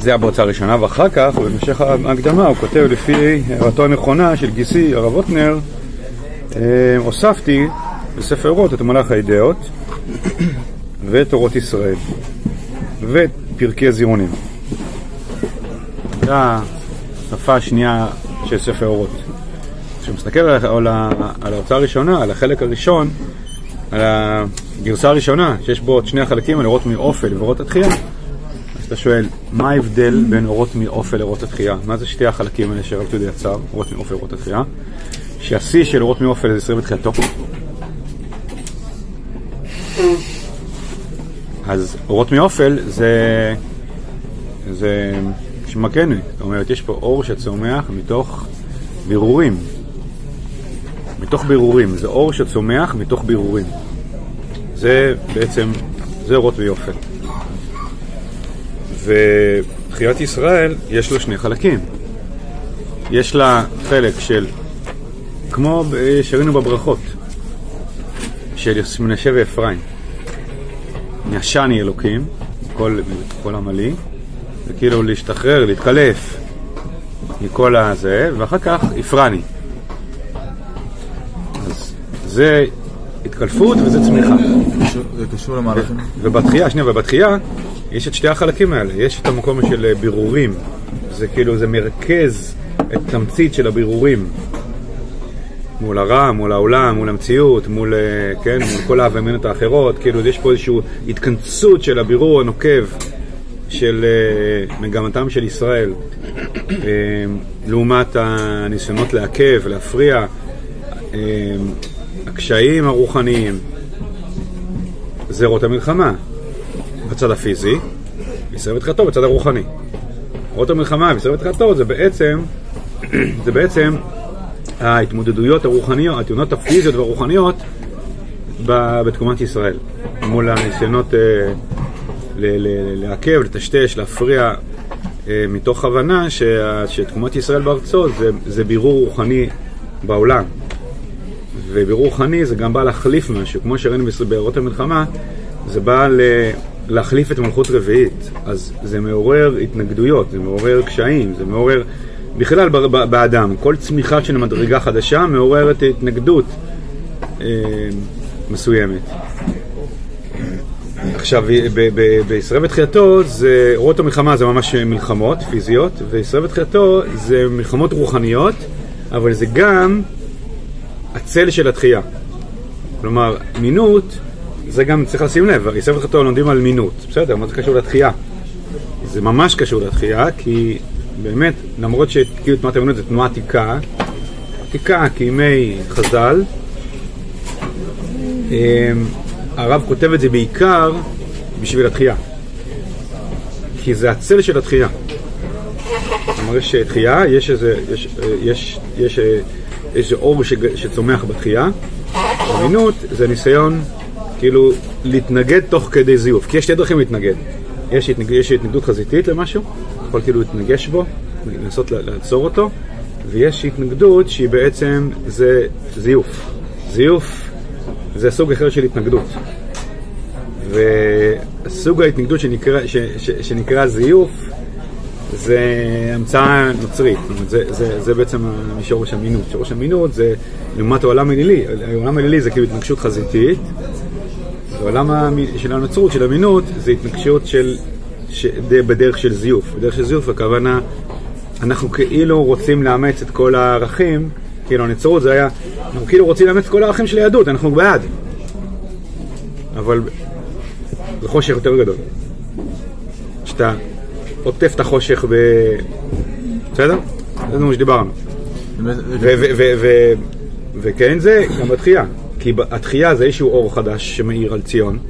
זה היה בהוצאה ראשונה, ואחר כך, במשך ההקדמה, הוא כותב לפי הערתו הנכונה של גיסי, הרב ווטנר, הוספתי בספר אורות את מלאך האידאות ואת אורות ישראל ואת פרקי זירונים. זה השפה השנייה של ספר אורות. כשמסתכל על ההוצאה הראשונה, על החלק הראשון, על הגרסה הראשונה, שיש בו את שני החלקים, על אורות מאופל ואורות התחייה, אז אתה שואל, מה ההבדל בין אורות מאופל לאורות התחייה? מה זה שתי החלקים האלה שרב יהודה יצר, אורות מאופל ואורות התחייה? שהשיא של אורות מאופל זה ישראל בתחילתו. אז אורות מאופל זה שמקני. זאת אומרת, יש פה אור שצומח מתוך בירורים. מתוך בירורים. זה אור שצומח מתוך בירורים. זה בעצם, זה אורות מאופל. ותחיית ישראל יש לו שני חלקים. יש לה חלק של, כמו שראינו בברכות, של מנשה ואפרים. נשני אלוקים, כל עמלי, וכאילו להשתחרר, להתקלף מכל הזה, ואחר כך יפרני. אז זה התקלפות וזה צמיחה. זה קשור למהלכים. ובתחייה יש את שתי החלקים האלה. יש את המקום של בירורים. זה כאילו, זה מרכז את תמצית של הבירורים. מול הרע, מול העולם, מול המציאות, מול כל האבמנות האחרות. כאילו, יש פה איזושהי התכנסות של הבירור הנוקב של מגמתם של ישראל, לעומת הניסיונות לעכב, להפריע, הקשיים הרוחניים. זה אורות המלחמה בצד הפיזי, ישראל בתחילתו בצד הרוחני. אורות המלחמה וישראל בתחילתו זה בעצם ההתמודדויות הרוחניות, התאונות הפיזיות והרוחניות בתקומת ישראל, מול הניסיונות לעכב, לטשטש, להפריע, מתוך הבנה שתקומת ישראל בארצו זה בירור רוחני בעולם. ובירור רוחני זה גם בא להחליף משהו, כמו שראינו באורות המלחמה, זה בא להחליף את מלכות רביעית. אז זה מעורר התנגדויות, זה מעורר קשיים, זה מעורר בכלל באדם. כל צמיחה של מדרגה חדשה מעוררת התנגדות מסוימת. עכשיו, בישראל בתחילתו, אורות המלחמה זה ממש מלחמות פיזיות, וישראל בתחילתו זה מלחמות רוחניות, אבל זה גם הצל של התחייה. כלומר, מינות, זה גם צריך לשים לב, ישראל בתחילתו לומדים על מינות, בסדר, מה זה קשור לתחייה? זה ממש קשור לתחייה, כי באמת, למרות שכאילו תנועת האמונות זה תנועה עתיקה כימי חז"ל, הרב כותב את זה בעיקר בשביל התחייה, כי זה הצל של התחייה. כלומר, יש תחייה, יש איזה אור שצומח בתחייה. אמינות זה ניסיון כאילו להתנגד תוך כדי זיוף, כי יש שתי דרכים להתנגד. יש התנגדות חזיתית למשהו, יכול כאילו להתנגש בו, לנסות לעצור אותו, ויש התנגדות שהיא בעצם זה זיוף. זיוף זה סוג אחר של התנגדות. והסוג ההתנגדות שנקרא זיוף זה המצאה נוצרית. זה בעצם משורש המינות. שורש המינות זה לעומת העולם האלילי. העולם האלילי זה כאילו התנגשות חזיתית. העולם של הנוצרות, של המינות, זה התנגשות בדרך של זיוף. בדרך של זיוף הכוונה, אנחנו כאילו רוצים לאמץ את כל הערכים, כאילו הנצרות זה היה, אנחנו כאילו רוצים לאמץ את כל הערכים של היהדות, אנחנו בעד. אבל זה חושך יותר גדול. שאתה עוטף את החושך בסדר? זה מה שדיברנו. וכן זה גם בתחייה. כי התחייה זה איזשהו אור חדש שמאיר על ציון,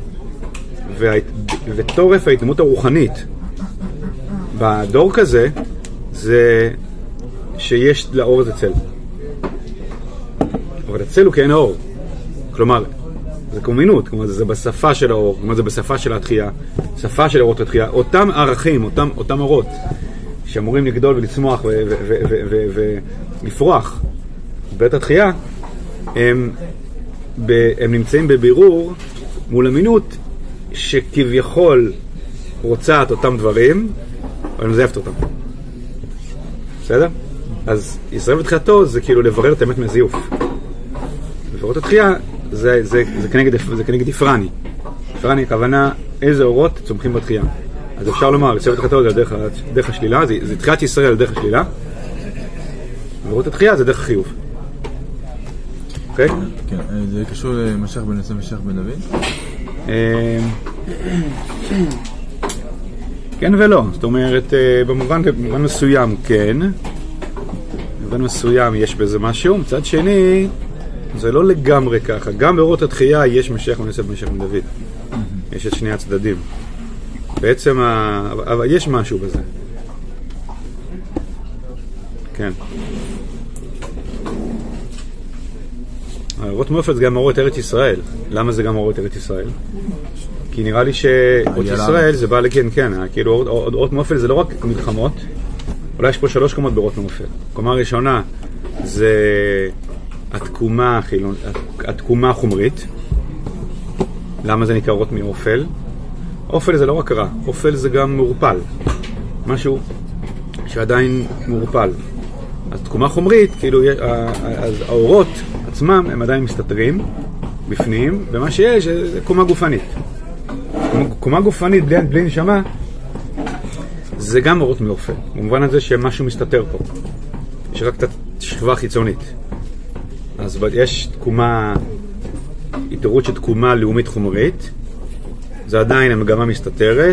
וטורף ההתנמות הרוחנית בדור כזה זה שיש לאור הזה צל. אבל הצל הוא כאין האור. כלומר, זה קומינות, כלומר זה בשפה של האור, כלומר זה בשפה של התחייה, שפה של אורות התחייה, אותם ערכים, אותם אורות שאמורים לגדול ולצמוח ולפרוח בעת התחייה, הם נמצאים בבירור מול אמינות שכביכול רוצה את אותם דברים, אבל מזייפת אותם. בסדר? אז ישראל ותחייתו זה כאילו לברר את האמת מזיוף. לברר את התחייה זה כנגד יפרני. יפרני הכוונה איזה אורות צומחים בתחייה. אז אפשר לומר, ישראל ותחייתו זה דרך השלילה, זה תחיית ישראל דרך השלילה. לברר את התחייה זה דרך החיוב. אוקיי? כן, זה קשור למשך בן יוסף ומשך בן דוד? כן ולא, זאת אומרת, במובן מסוים כן, במובן מסוים יש בזה משהו, מצד שני, זה לא לגמרי ככה, גם באורות התחייה יש משיח בן יוסף ומשך בן דוד, יש את שני הצדדים, בעצם, אבל יש משהו בזה, כן. אורות מופת זה גם אורות ארץ ישראל, למה זה גם אורות ארץ ישראל? כי נראה לי שאורות ישראל זה בא לגן, כן, כאילו אורות מופת זה לא רק מלחמות, אולי יש פה 3 קומות באורות מופת. קומה ראשונה זה התקומה החומרית. למה זה נקרא אורות מאופל? אופל זה לא רק רע, אופל זה גם מעורפל, משהו שעדיין מעורפל. אז תקומה חומרית, כאילו אז האורות עצמם הם עדיין מסתתרים בפנים, ומה שיש זה קומה גופנית. קומה גופנית בלי נשמה זה גם אורות מאופל, במובן הזה שמשהו מסתתר פה, יש רק את השכבה החיצונית. אז יש תקומה, התעוררות של תקומה לאומית חומרית, זה עדיין המגמה מסתתרת,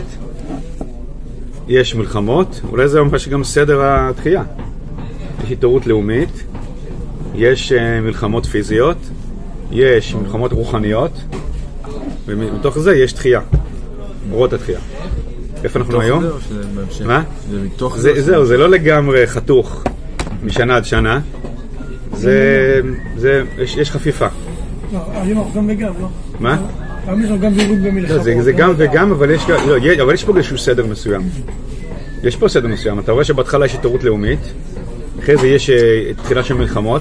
יש מלחמות, אולי זה ממש גם סדר התחייה, יש התעוררות לאומית, יש מלחמות פיזיות, יש מלחמות רוחניות, ומתוך זה יש תחייה, אורות התחייה. איפה אנחנו היום? מה? זהו, זה לא לגמרי חתוך משנה עד שנה, יש חפיפה. היום אנחנו גם וגם, לא? מה? היום יש לנו גם וירוג במלחמות. זה גם וגם, אבל יש פה איזשהו סדר מסוים. יש פה סדר מסוים, אתה רואה שבהתחלה יש התעוררות לאומית, אחרי זה יש תחילה של מלחמות,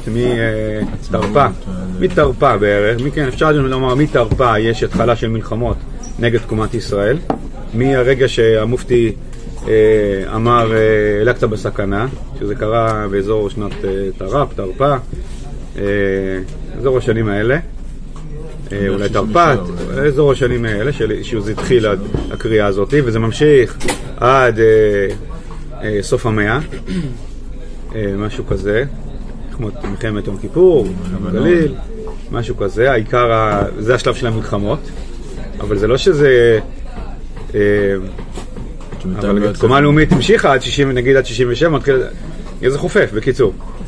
מתרפה בערך, אפשר לומר מתרפה יש התחלה של מלחמות נגד תקומת ישראל, מהרגע שהמופתי אמר אל-אקצא בסכנה, שזה קרה באזור שנת תרפה, אזור השנים האלה, אולי תרפ"ט, אזור השנים האלה, שזה התחיל הקריאה הזאת, וזה ממשיך עד סוף המאה, משהו כזה, כמו מלחמת יום כיפור, גליל, משהו כזה, העיקר, זה השלב של המלחמות, אבל זה לא שזה, אבל התקומה הלאומית המשיכה עד 60, נגיד עד 67, זה חופף, בקיצור.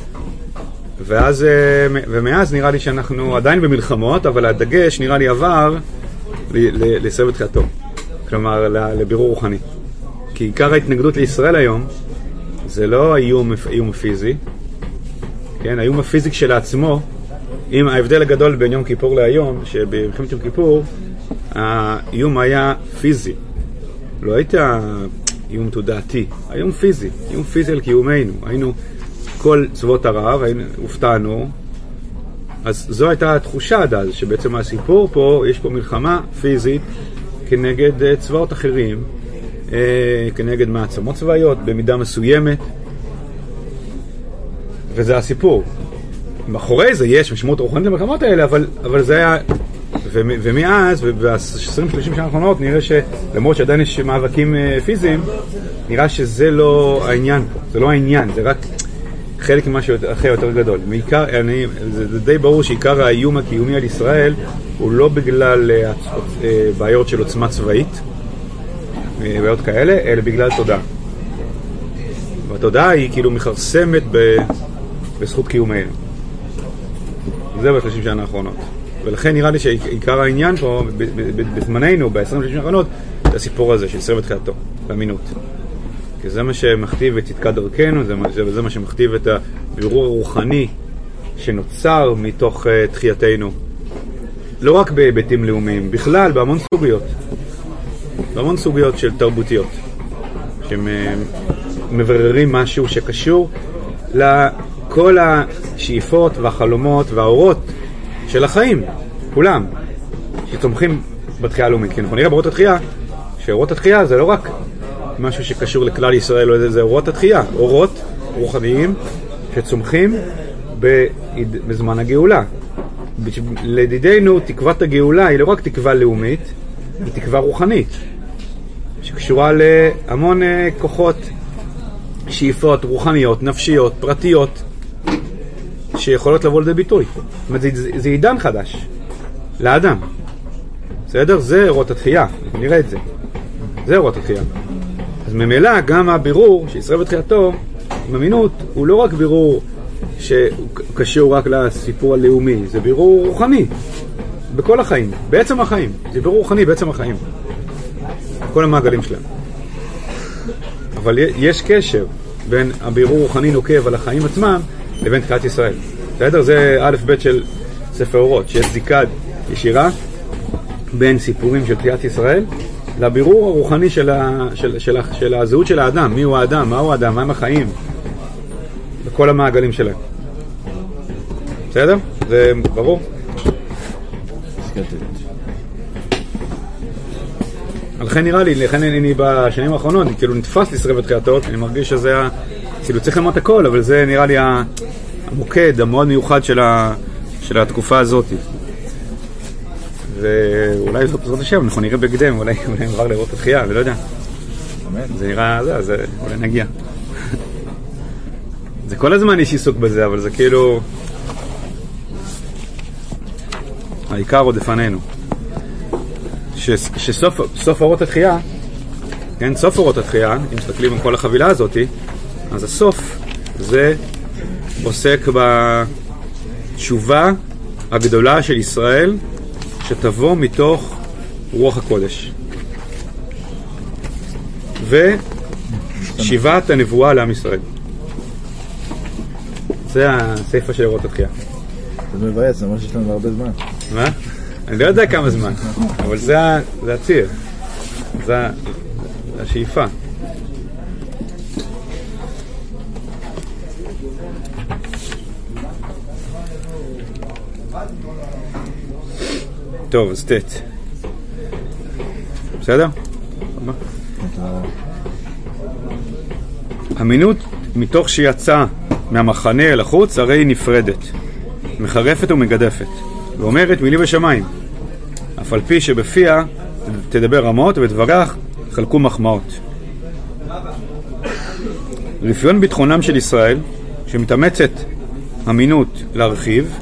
ומאז נראה לי שאנחנו עדיין במלחמות, אבל הדגש נראה לי עבר לישראל ותחייתו, כלומר לבירור רוחני. כי עיקר ההתנגדות לישראל היום זה לא האיום הפיזי, כן, האיום הפיזי כשלעצמו, עם ההבדל הגדול בין יום כיפור להיום, שבמלחמת יום כיפור האיום היה פיזי, לא הייתה איום תודעתי, האיום פיזי, איום פיזי על קיומנו, היינו כל צבאות ערב, הופתענו, אז זו הייתה התחושה עד אז, שבעצם הסיפור פה, יש פה מלחמה פיזית כנגד צבאות אחרים, כנגד מעצמות צבאיות, במידה מסוימת, וזה הסיפור. מאחורי זה יש משמעות רוחנית למלחמות האלה, אבל זה היה, ומאז, וב-20-30 שנה האחרונות, נראה שלמרות שעדיין יש מאבקים פיזיים, נראה שזה לא העניין פה, זה לא העניין, זה רק חלק ממשהו אחר יותר גדול. זה די ברור שעיקר האיום הקיומי על ישראל הוא לא בגלל בעיות של עוצמה צבאית, בעיות כאלה, אלא בגלל תודעה. והתודעה היא כאילו מכרסמת בזכות קיומנו. זה ב-30 שנה האחרונות. ולכן נראה לי שעיקר העניין פה, בזמננו, ב-20-30 שנה האחרונות, זה הסיפור הזה של ישראל ותחייתו, באמינות. כי זה מה שמכתיב את צדקת דרכנו, זה מה שמכתיב את הבירור הרוחני שנוצר מתוך תחייתנו. לא רק בהיבטים לאומיים, בכלל, בהמון סוגיות. בהמון סוגיות של תרבותיות, שמבררים משהו שקשור לכל השאיפות והחלומות והאורות של החיים, כולם, שצומחים בתחייה הלאומית. כי אנחנו נראה באורות התחייה, שאורות התחייה זה לא רק משהו שקשור לכלל ישראל, זה אורות התחייה, אורות רוחניים שצומחים בזמן הגאולה. לדידנו תקוות הגאולה היא לא רק תקווה לאומית, היא תקווה רוחנית שקשורה להמון כוחות, שאיפות רוחניות, נפשיות, פרטיות שיכולות לבוא לידי ביטוי. זאת אומרת, זה עידן חדש לאדם. בסדר? זה אורות התחייה, נראה את זה. זה אורות התחייה. אז ממילא גם הבירור שישראל בתחייתו עם אמינות הוא לא רק בירור שקשור רק לסיפור הלאומי, זה בירור רוחני בכל החיים, בעצם החיים. זה בירור רוחני בעצם החיים, כל המעגלים שלהם. אבל יש קשר בין הבירור רוחני נוקב על החיים עצמם לבין תחיית ישראל. בסדר? זה א' ב' של ספר אורות, שיש זיקה ישירה בין סיפורים של תחיית ישראל לבירור הרוחני של הזהות של האדם. מי הוא האדם? מהו האדם? מה הם החיים? בכל המעגלים שלהם. בסדר? זה ברור? לכן נראה לי, לכן אני בשנים האחרונות, כאילו נתפס לישראל בתחייתו, אני מרגיש שזה כאילו צריך ללמוד הכל, אבל זה נראה לי המוקד המאוד מיוחד של התקופה הזאת. ואולי זאת השם, אנחנו נראה בקדם, אולי נעבר לראות התחייה, ולא יודע. זה נראה, אז אולי נגיע. זה כל הזמן יש עיסוק בזה, אבל זה כאילו העיקר עוד לפנינו. שסוף אורות התחייה, כן, סוף אורות התחייה, אם מסתכלים על כל החבילה הזאת, אז הסוף זה עוסק בתשובה הגדולה של ישראל שתבוא מתוך רוח הקודש ושיבת הנבואה לעם ישראל. זה הספר של אורות התחייה. זה מבייץ, זה אומר שיש לנו הרבה זמן. מה? אני לא יודע כמה זמן, אבל זה הציר, זה השאיפה. טוב, אז תת. בסדר? אמינות מתוך שיצא מהמחנה אל החוץ הרי היא נפרדת, מחרפת ומגדפת, ואומרת מילי בשמיים, אף על פי שבפיה תדבר רמות ובדברך חלקו מחמאות. רפיון ביטחונם של ישראל, שמתאמצת אמינות להרחיב,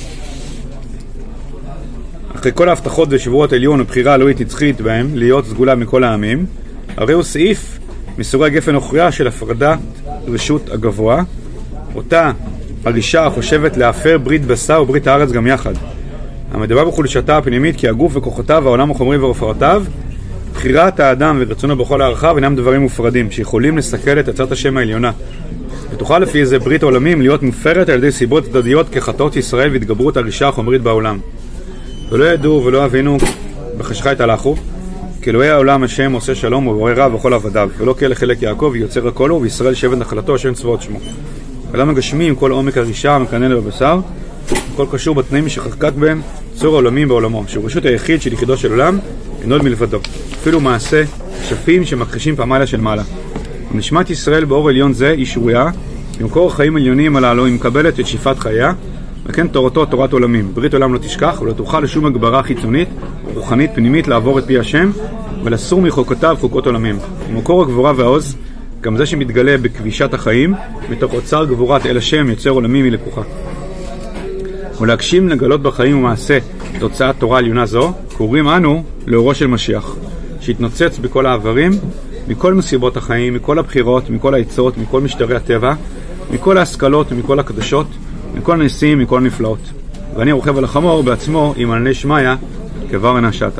אחרי כל ההבטחות ושבועות עליון ובחירה אלוהית נצחית בהם להיות סגולה מכל העמים, הרי הוא סעיף מסורי הגפן אוכריה של הפרדת רשות הגבוה, אותה הרישה החושבת להפר ברית בשר וברית הארץ גם יחד. המדבר בחולשתה הפנימית כי הגוף וכוחותיו והעולם החומרי ורפואותיו, בחירת האדם ורצונו בכל הערכה אינם דברים מופרדים שיכולים לסכל את עצת השם העליונה. ותוכל לפי זה ברית עולמים להיות מופרת על ידי סיבות צדדיות כחטאות ישראל והתגברות הרישה החומרית בעולם. ולא ידעו ולא הבינו בחשכה את הלכו, כי אלוהי העולם השם עושה שלום ובורא רע בכל עבדיו, ולא כאלה חלק יעקב יוצר הכל הוא וישראל שבט נחלתו השם צבאות שמו. עולם הגשמי עם כל עומק הרישה המקנן בבשר, כל קשור בתנאים שחקק בהם צור העולמים בעולמו, שהוא רשות היחיד של יחידו של עולם אינו מלבדו, אפילו מעשה שפים שמכחישים פעמיה של מעלה. נשמת ישראל באור עליון זה היא שרויה, במקור חיים עליונים על העלו היא מקבלת את שאיפת חייה, וכן תורתו תורת עולמים, ברית עולם לא תשכח ולא תוכל לשום הגברה חיצונית רוחנית פנימית לעבור את פי השם ולסור מחוקותיו חוקות עולמים. ומקור הגבורה והעוז גם זה שמתגלה בכבישת החיים מתוך אוצר גבורת אל השם יוצר עולמים מלקוחה. ולהגשים לגלות בחיים ומעשה תוצאת תורה עליונה זו קוראים אנו לאורו של משיח שהתנוצץ בכל העברים, מכל מסיבות החיים, מכל הבחירות, מכל העצות, מכל משטרי הטבע, מכל ההשכלות ומכל הקדושות, מכל הניסים, מכל הנפלאות. ואני רוכב על החמור בעצמו עם ענני שמיה כבר אינה שתה.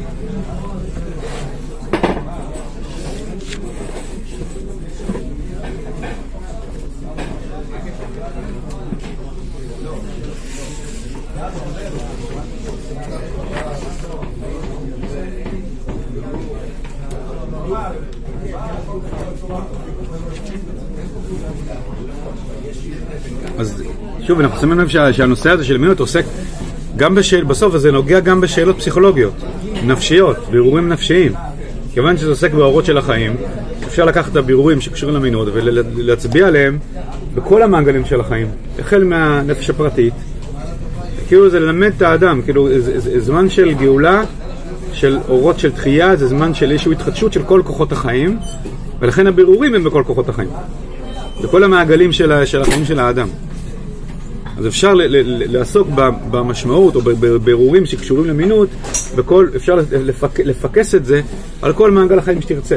אז שוב, אנחנו שמים לב שהנושא הזה של אמינות עוסק גם בסוף הזה נוגע גם בשאלות פסיכולוגיות, נפשיות, בירורים נפשיים. כיוון שזה עוסק באורות של החיים, אפשר לקחת את הבירורים שקשורים למינות ולהצביע עליהם בכל המעגלים של החיים, החל מהנפש הפרטית. כאילו זה ללמד את האדם, כאילו זה זמן של גאולה, של אורות של תחייה, זה זמן של איזושהי התחדשות של כל כוחות החיים, ולכן הבירורים הם בכל כוחות החיים, בכל המעגלים של החיים של האדם. אז אפשר לעסוק במשמעות או בבירורים שקשורים למינות, אפשר לפקס את זה על כל מעגל החיים שתרצה.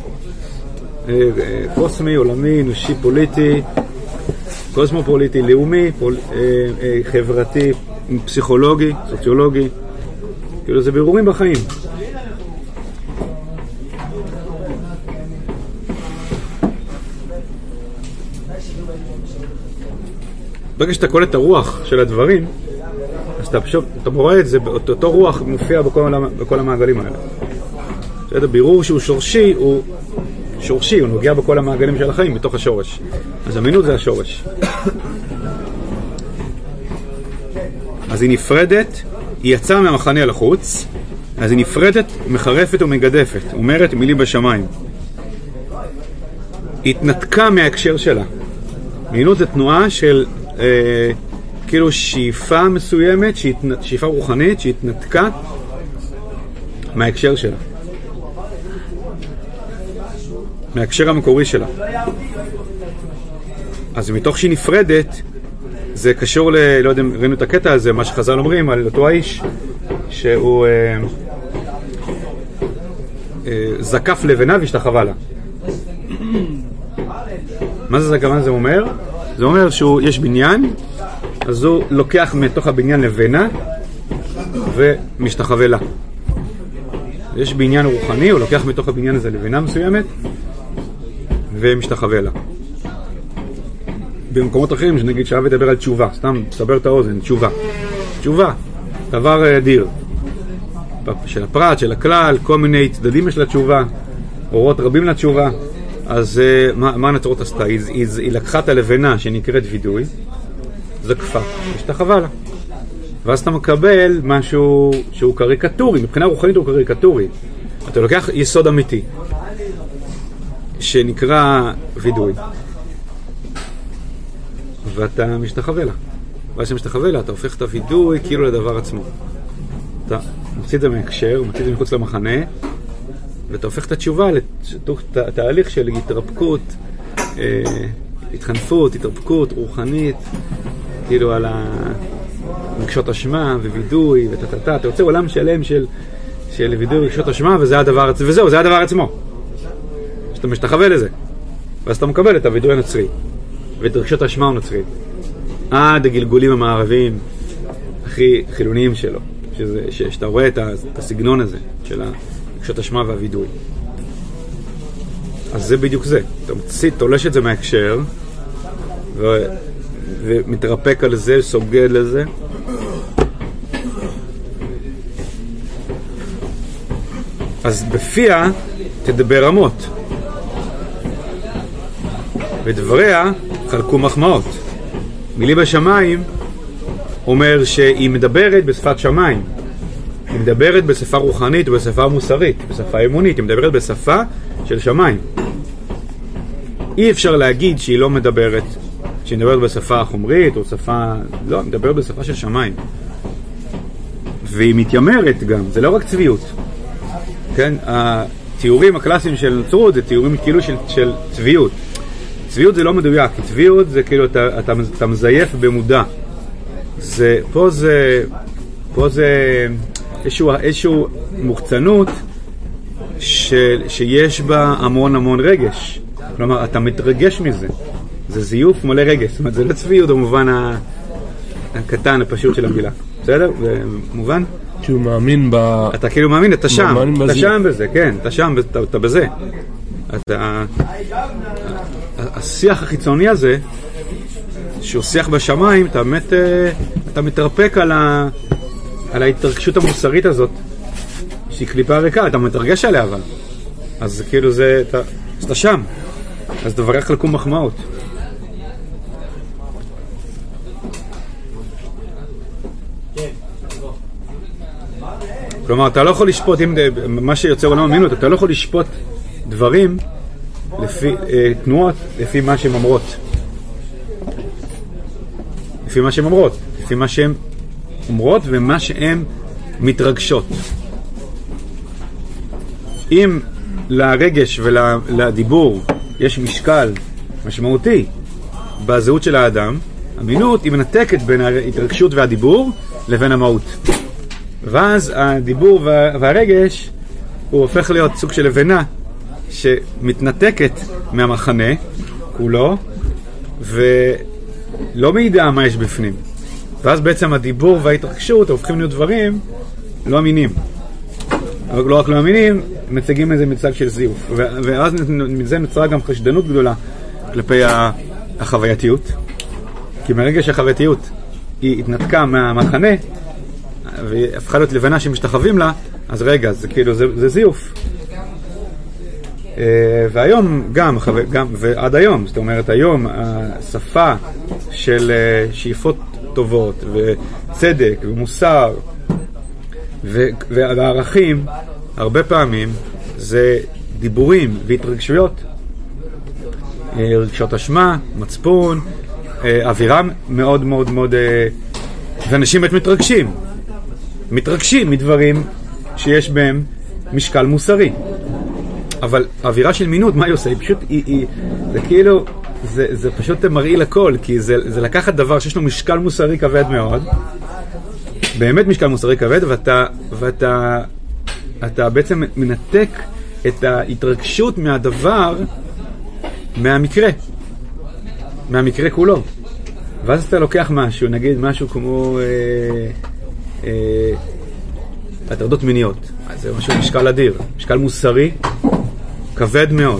קוסמי, עולמי, אנושי, פוליטי, קוסמופוליטי, לאומי, חברתי, פסיכולוגי, סוציולוגי. כאילו זה בירורים בחיים. ברגע שאתה קולט את הרוח של הדברים, אז אתה רואה את זה, אותו רוח מופיע בכל המעגלים האלה. זאת בירור שהוא שורשי, הוא נוגע בכל המעגלים של החיים, מתוך השורש. אז אמינות זה השורש. אז היא נפרדת, היא יצאה מהמחנה אל החוץ, אז היא נפרדת, מחרפת ומגדפת, אומרת מילי בשמיים. היא התנתקה מההקשר שלה. אמינות זה תנועה של כאילו שאיפה מסוימת, שאיפה רוחנית, שהתנתקה מההקשר שלה, מההקשר המקורי שלה. אז מתוך שהיא נפרדת, זה קשור לא יודע, ראינו את הקטע הזה, מה שחז"ל אומרים על אותו האיש שהוא זקף לבנה והשתחווה לה. מה זה זקף? מה זה אומר? זה אומר שיש בניין, אז הוא לוקח מתוך הבניין לבנה ומשתחווה לה. יש בניין רוחני, הוא לוקח מתוך הבניין הזה לבנה מסוימת ומשתחווה לה. במקומות אחרים, שנגיד שאהב לדבר על תשובה, סתם תסבר את האוזן, תשובה, דבר אדיר. של הפרט, של הכלל, כל מיני צדדים יש לתשובה, אורות רבים לתשובה. אז מה הנצרות עשתה? היא לקחה את הלבנה שנקראת וידוי, זקפה, השתחווה לה. ואז אתה מקבל משהו שהוא קריקטורי, מבחינה רוחנית הוא קריקטורי. אתה לוקח יסוד אמיתי, שנקרא וידוי, ואתה משתחווה לה. ואז שמשתחווה לה, אתה הופך את הוידוי כאילו לדבר עצמו. אתה מוציא את זה מהקשר, מוציא את זה מחוץ למחנה, ואתה הופך את התשובה לתוך תהליך של התרפקות, התחנפות, התרפקות רוחנית, כאילו על רגשות אשמה ווידוי ותתתה. אתה יוצא עולם שלם של וידוי רגשות אשמה, וזה הדבר, וזהו, זה הדבר עצמו. שאתה משתחווה לזה. ואז אתה מקבל את הוידוי הנוצרי, ואת רגשות האשמה הנוצרית, עד הגלגולים המערביים הכי חילוניים שלו, שאתה רואה את הסגנון הזה של רגשות אשמה והוידוי. אז זה בדיוק זה. אתה תולש את זה מההקשר, ומתרפק על זה, סוגד לזה. אז בפיה תדבר רמות, ודבריה חלקו מחמאות. מילי בשמיים אומר שהיא מדברת בשפת שמיים, היא מדברת בשפה רוחנית ובשפה מוסרית, בשפה אמונית, היא מדברת בשפה של שמיים. אי אפשר להגיד שהיא לא מדברת, שהיא מדברת בשפה חומרית או שפה, לא, היא מדברת בשפה של שמיים. והיא מתיימרת גם, זה לא רק צביעות. כן, התיאורים הקלאסיים של נצרות זה תיאורים כאילו של צביעות. צביעות זה לא מדויק, כי צביעות זה כאילו אתה מזייף במודע. פה זה איזשהו מוחצנות שיש בה המון רגש. כלומר, אתה מתרגש מזה. זה זיוף מלא רגש. זאת אומרת, זה לא צביעות במובן הקטן, הפשוט של המילה. בסדר? במובן? שהוא מאמין אתה כאילו מאמין, אתה שם. אתה שם בזה, כן. אתה שם, אתה בזה. השיח החיצוני הזה, שהוא שיח בשמיים, אתה מתרפק על ההתרגשות המוסרית הזאת, שהיא קליפה ריקה, אתה מתרגש עליה אבל. אז כאילו זה, אתה שם. אז דבריה חלקו מחמאות. כלומר, אתה לא יכול לשפוט, מה שיוצר עולם אמינות, אתה לא יכול לשפוט דברים לפי תנועות, לפי מה שהן אומרות. לפי מה שהן אומרות. לפי מה שהן אומרות ומה שהן מתרגשות. אם לרגש ולדיבור יש משקל משמעותי בזהות של האדם, אמינות היא מנתקת בין ההתרגשות והדיבור לבין המהות. ואז הדיבור והרגש הוא הופך להיות סוג של לבנה שמתנתקת מהמחנה כולו ולא מידע מה יש בפנים. ואז בעצם הדיבור וההתרגשות הופכים להיות דברים לא אמינים. לא רק לא אמינים, מציגים איזה מצג של זיוף. ואז מזה נוצרה גם חשדנות גדולה כלפי החווייתיות. כי מהרגע שהחווייתיות היא התנתקה מהמחנה והפכה להיות לבנה שמשתחווים לה, אז רגע, זה כאילו, זה זיוף. והיום גם, ועד היום, זאת אומרת, היום השפה של שאיפות טובות וצדק ומוסר והערכים, הרבה פעמים זה דיבורים והתרגשויות, רגשות אשמה, מצפון, אווירה מאוד מאוד מאוד, ואנשים באמת מתרגשים מדברים שיש בהם משקל מוסרי. אבל האווירה של מינות, מה היא עושה? היא פשוט, זה כאילו, זה פשוט מרעיל הכל, כי זה לקחת דבר שיש לו משקל מוסרי כבד מאוד, באמת משקל מוסרי כבד, ואתה בעצם מנתק את ההתרגשות מהדבר, מהמקרה כולו. ואז אתה לוקח משהו, נגיד משהו כמו הטרדות מיניות. אז זה משהו משקל אדיר, משקל מוסרי כבד מאוד.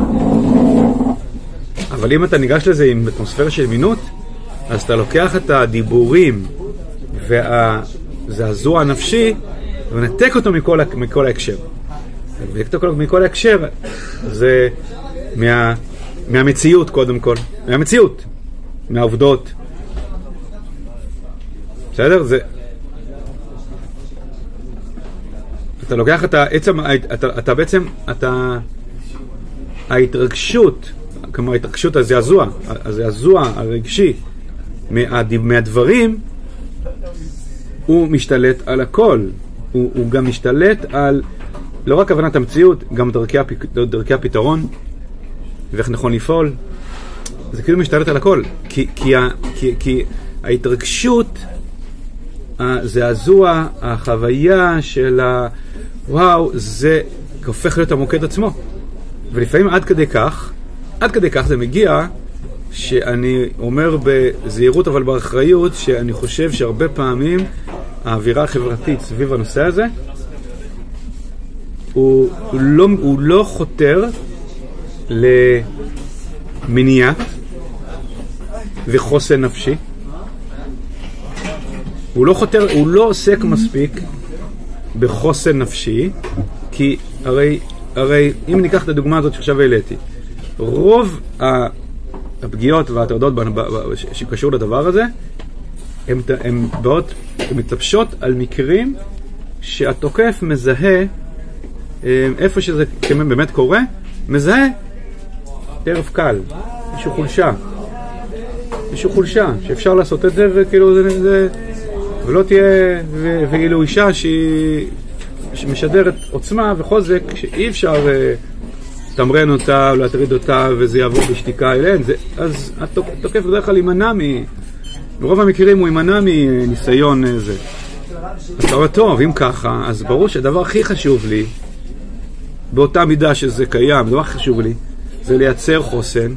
אבל אם אתה ניגש לזה עם אטמוספירה של מינות, אז אתה לוקח את הדיבורים והזעזוע הנפשי ונתק אותו מכל ההקשר. ונתק אותו מכל ההקשר זה מהמציאות קודם כל. מהמציאות. מהעובדות. בסדר? זה... אתה לוקח את העצם... אתה בעצם... ההתרגשות, כמו ההתרגשות, הזעזוע הרגשי מהדברים, הוא משתלט על הכל. הוא גם משתלט על לא רק הבנת המציאות, גם דרכי הפתרון, ואיך נכון לפעול. זה כאילו משתלט על הכל. כי ההתרגשות, הזעזוע, החוויה של וואו, זה הופך להיות המוקד עצמו. ולפעמים עד כדי כך זה מגיע שאני אומר בזהירות אבל באחריות שאני חושב שהרבה פעמים האווירה החברתית סביב הנושא הזה הוא לא חותר למניעה וחוסן נפשי. הוא לא עוסק מספיק בחוסן נפשי, כי הרי אם ניקח את הדוגמה הזאת שעכשיו העליתי, רוב הפגיעות וההטרדות שקשור לדבר הזה הן מתלבשות על מקרים שהתוקף מזהה איפה שזה באמת קורה, מזהה טרף קל, איזשהו חולשה שאפשר לעשות את זה, וכאילו זה ולא תהיה, ואילו אישה שמשדרת עוצמה וחוזק שאי אפשר תמרן אותה או להטריד אותה וזה יעבור בשתיקה אליהן, אז התוקף בדרך כלל יימנע ברוב המקרים הוא יימנע מניסיון זה. אז אתה אומר, טוב, אם ככה, אז ברור שהדבר הכי חשוב לי, באותה מידה שזה קיים, הדבר הכי חשוב לי, זה לייצר חוסן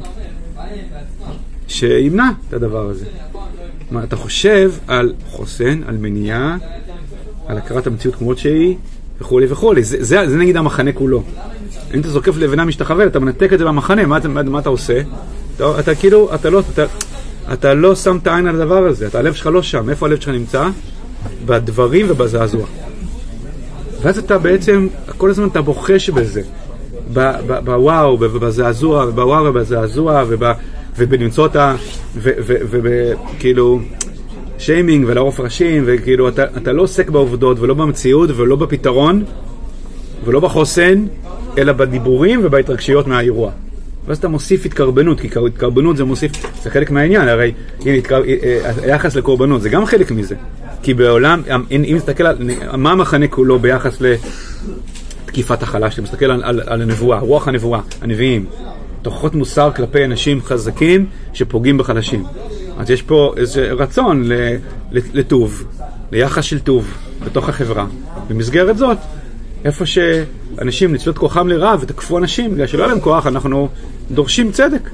שימנע את הדבר הזה. מה, אתה חושב על חוסן, על מניעה, על הכרת המציאות כמות שהיא, וכו' וכו'. זה נגיד המחנה כולו. אם אתה זוקף לבנה משתחווה, אתה מנתק את זה במחנה, מה אתה עושה? אתה כאילו, אתה לא שם את העין על הדבר הזה, הלב שלך לא שם. איפה הלב שלך נמצא? בדברים ובזעזוע. ואז אתה בעצם, כל הזמן אתה בוחש בזה. בוואו, בזעזוע, בוואו ובזעזוע, ובלמצוא אותה, וכאילו, שיימינג ולערוף ראשים, וכאילו, אתה לא עוסק בעובדות, ולא במציאות, ולא בפתרון, ולא בחוסן, אלא בדיבורים ובהתרגשיות מהאירוע. ואז אתה מוסיף התקרבנות, כי התקרבנות זה מוסיף, זה חלק מהעניין, הרי היחס לקורבנות, זה גם חלק מזה. כי בעולם, אם נסתכל על מה המחנה כולו ביחס לתקיפת החלש, אתה מסתכל על הנבואה, רוח הנבואה, הנביאים, תוכחות מוסר כלפי אנשים חזקים שפוגעים בחלשים. אז יש פה איזה רצון לטוב, ליחס של טוב בתוך החברה. במסגרת זאת, איפה שאנשים ניצלו את כוחם לרעה ותקפו אנשים, בגלל שלא היה להם כוח, אנחנו דורשים צדק.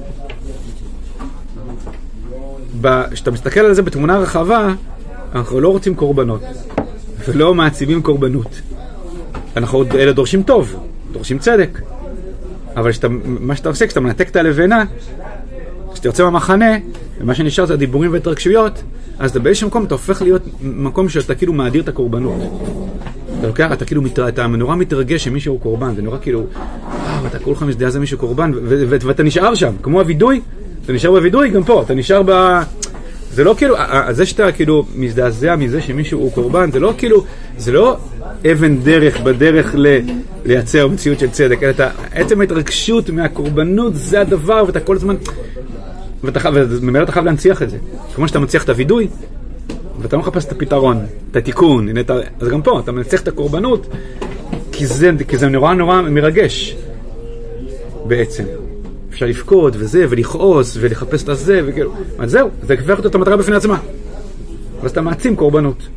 כשאתה מסתכל על זה בתמונה רחבה, אנחנו לא רוצים קורבנות, ולא מעציבים קורבנות. אנחנו אלה דורשים טוב, דורשים צדק. אבל מה שאתה עושה, כשאתה מנתק את הלבנה, כשאתה יוצא מהמחנה, ומה שנשאר זה הדיבורים וההתרגשויות, אז אתה באיזשהו מקום, אתה הופך להיות מקום שאתה כאילו מאדיר את הקורבנות. אתה לוקח, אתה כאילו, אתה נורא מתרגש שמישהו הוא קורבן, זה נורא כאילו, אתה כולך מזדהה זה מישהו קורבן, ואתה נשאר שם, כמו הוידוי, אתה נשאר בוידוי גם פה, אתה נשאר זה לא כאילו, זה שאתה כאילו מזדעזע מזה שמישהו הוא קורבן, זה לא כאילו, זה לא אבן דרך בדרך לייצר מציאות של צדק, אלא עצם ההתרגשות מהקורבנות זה הדבר, ואתה כל הזמן, וממילא אתה חייב להנציח את זה. כמו שאתה מנציח את הוידוי, ואתה לא מחפש את הפתרון, את התיקון, אז גם פה, אתה מנציח את הקורבנות, כי זה נורא מרגש, בעצם. אפשר לפקוד וזה, ולכעוס, ולחפש את הזה, וכאילו, אז זהו, זה הופך את המטרה בפני עצמה. ואז אתה מעצים קורבנות.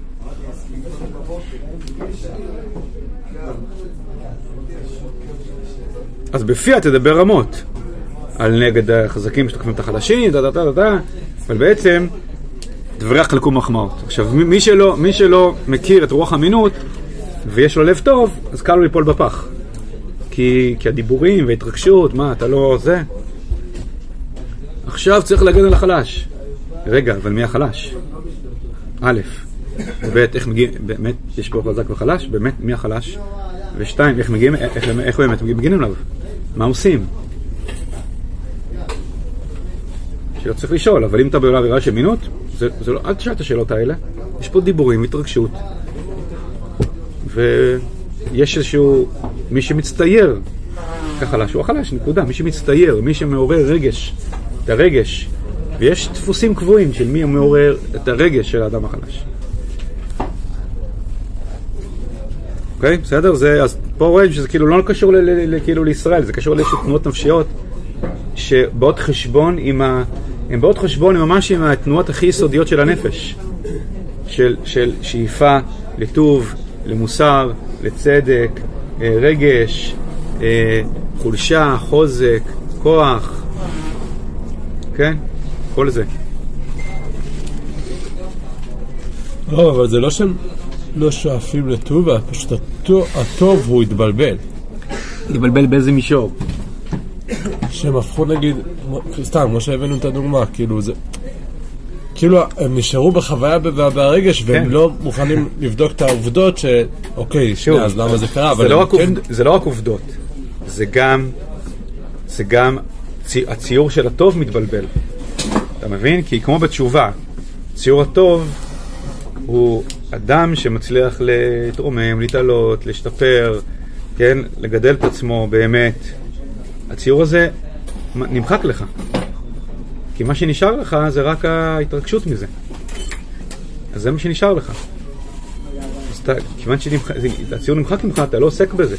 אז בפיה תדבר רמות, על נגד החזקים שתוקפים את החלשים, אבל בעצם, דבריה חלקו מחמאות. עכשיו, מי שלא מכיר את רוח אמינות, ויש לו לב טוב, אז קל לו ליפול בפח. כי הדיבורים וההתרגשות, מה, אתה לא זה? עכשיו צריך להגן על החלש. רגע, אבל מי החלש? א', וב', איך מגיעים, באמת, יש פה חזק וחלש, באמת, מי החלש? ושתיים, איך מגיעים, איך באמת מגיעים אליו? מה עושים? שלא צריך לשאול, אבל אם אתה בעולה ויראה של מינות, זה לא, אל תשאל את השאלות האלה. יש פה דיבורים, התרגשות. ויש איזשהו, מי שמצטייר, כחלש הוא החלש, נקודה. מי שמצטייר, מי שמעורר רגש, את הרגש. ויש דפוסים קבועים של מי מעורר את הרגש של האדם החלש. אוקיי? בסדר? אז פה רואים שזה כאילו לא קשור כאילו לישראל, זה קשור לאיזשהו תנועות נפשיות שבאות חשבון הם באות חשבון ממש עם התנועות הכי יסודיות של הנפש. של שאיפה לטוב, למוסר, לצדק, רגש, חולשה, חוזק, כוח. כן? כל זה. לא, אבל זה לא שהם לא שואפים לטוב, פשוט הטוב הוא התבלבל. התבלבל באיזה מישור? שהם הפכו נגיד, סתם, כמו שהבאנו את הדוגמה, כאילו זה... כאילו הם נשארו בחוויה והרגש, והם לא מוכנים לבדוק את העובדות אוקיי, שנייה, אז למה זה קרה? זה לא רק עובדות, זה גם הציור של הטוב מתבלבל. אתה מבין? כי כמו בתשובה, ציור הטוב הוא אדם שמצליח להתרומם, להתעלות, להשתפר, כן? לגדל את עצמו באמת. הציור הזה נמחק לך. כי מה שנשאר לך זה רק ההתרגשות מזה. אז זה מה שנשאר לך. אז כיוון שהציור נמחק ממך, אתה לא עוסק בזה.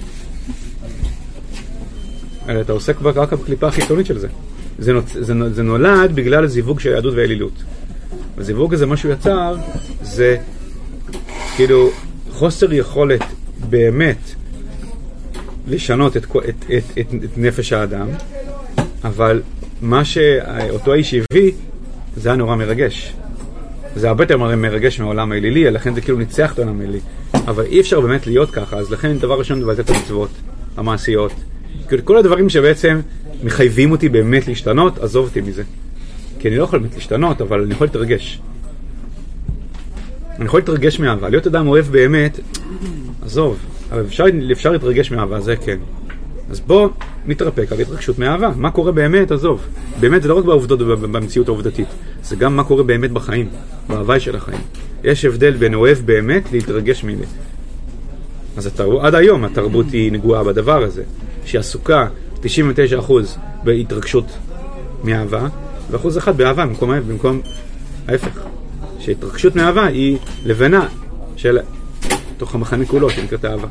אלא אתה עוסק רק בקליפה החיצונית של זה. זה נולד בגלל הזיווג של היהדות והאלילות. הזיווג הזה, מה שהוא יצר, זה כאילו חוסר יכולת באמת לשנות את נפש האדם, אבל מה שאותו האיש הביא, זה היה נורא מרגש. זה הרבה יותר מרגש מהעולם האלילי, לכן זה כאילו ניצח את העולם האלילי. אבל אי אפשר באמת להיות ככה, אז לכן דבר ראשון זה לתת את המצוות המעשיות. כל הדברים שבעצם מחייבים אותי באמת להשתנות, עזוב אותי מזה. כי אני לא יכול באמת להשתנות, אבל אני יכול להתרגש. אני יכול להתרגש מאהבה. להיות אדם אוהב באמת, עזוב. אבל אפשר להתרגש מאהבה, זה כן. אז בוא נתרפק על התרגשות מאהבה. מה קורה באמת, עזוב. באמת זה לא רק בעובדות במציאות העובדתית. זה גם מה קורה באמת בחיים, בהוואי של החיים. יש הבדל בין אוהב באמת להתרגש מזה. אז עד היום התרבות היא נגועה בדבר הזה. שהיא עסוקה 99% בהתרגשות מאהבה, ו1% באהבה במקום ההפך. שהתרגשות מאהבה היא לבנה של תוך המחנה כולו שנקראת אהבה.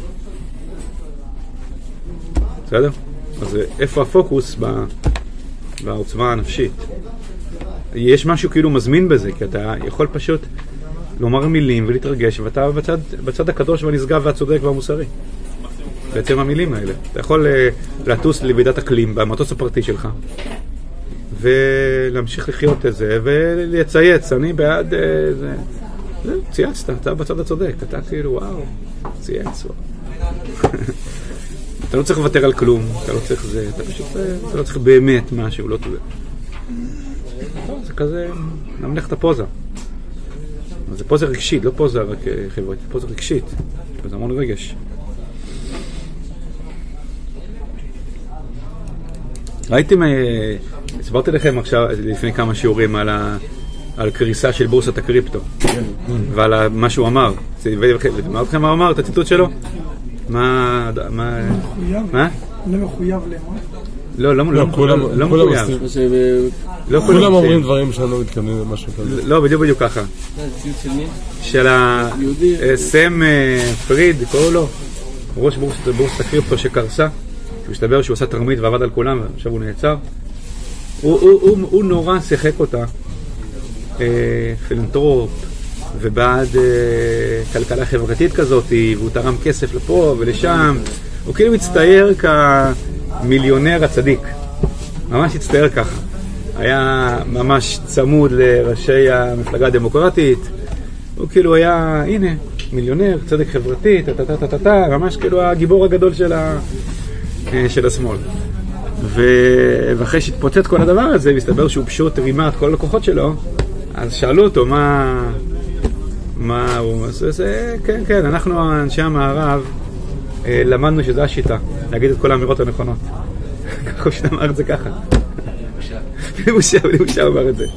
בסדר? אז איפה הפוקוס בעוצמה הנפשית? יש משהו כאילו מזמין בזה, כי אתה יכול פשוט לומר מילים ולהתרגש, ואתה בצד הקדוש והנשגב והצודק והמוסרי. בעצם המילים האלה. אתה יכול לטוס לוועידת אקלים במטוס הפרטי שלך, ולהמשיך לחיות את זה, ולצייץ, אני בעד זה. צייצת, אתה בצד הצודק, אתה כאילו וואו, צייץ, וואו. אתה לא צריך לוותר על כלום, אתה לא צריך זה, אתה פשוט, אתה לא צריך באמת משהו, לא תודה. זה כזה, נמלך את הפוזה. זה פוזה רגשית, לא פוזה רק חברתית, פוזה רגשית. זה המון רגש. ראיתם, הסברתי לכם עכשיו, לפני כמה שיעורים, על קריסה של בורסת הקריפטו. ועל מה שהוא אמר. אמר לכם מה הוא אמר, את הציטוט שלו? מה? לא מחויב למה? לא מחויב. כולם אומרים דברים שלנו מתכוונים למשהו כזה. לא, בדיוק ככה. של סם פריד, קוראים לו, ראש בורסת הקריפטו שקרסה, שהוא הסתבר שהוא עשה תרמית ועבד על כולם, ועכשיו הוא נעצר. הוא נורא שיחק אותה, פילנטרופ, ובעד כלכלה חברתית כזאת, והוא תרם כסף לפה ולשם. הוא כאילו מצטייר כמיליונר הצדיק. ממש הצטייר ככה. היה ממש צמוד לראשי המפלגה הדמוקרטית. הוא כאילו היה, הנה, מיליונר, צדק חברתי, ממש כאילו הגיבור הגדול של השמאל. ואחרי שהתפוצץ כל הדבר הזה, והסתבר שהוא פשוט רימה את כל הלקוחות שלו, אז שאלו אותו מה הוא עושה. כן, אנחנו אנשי המערב למדנו שזו השיטה, להגיד את כל האמירות הנכונות. ככה הוא שאמר את זה ככה. בלי בושה אמר את זה.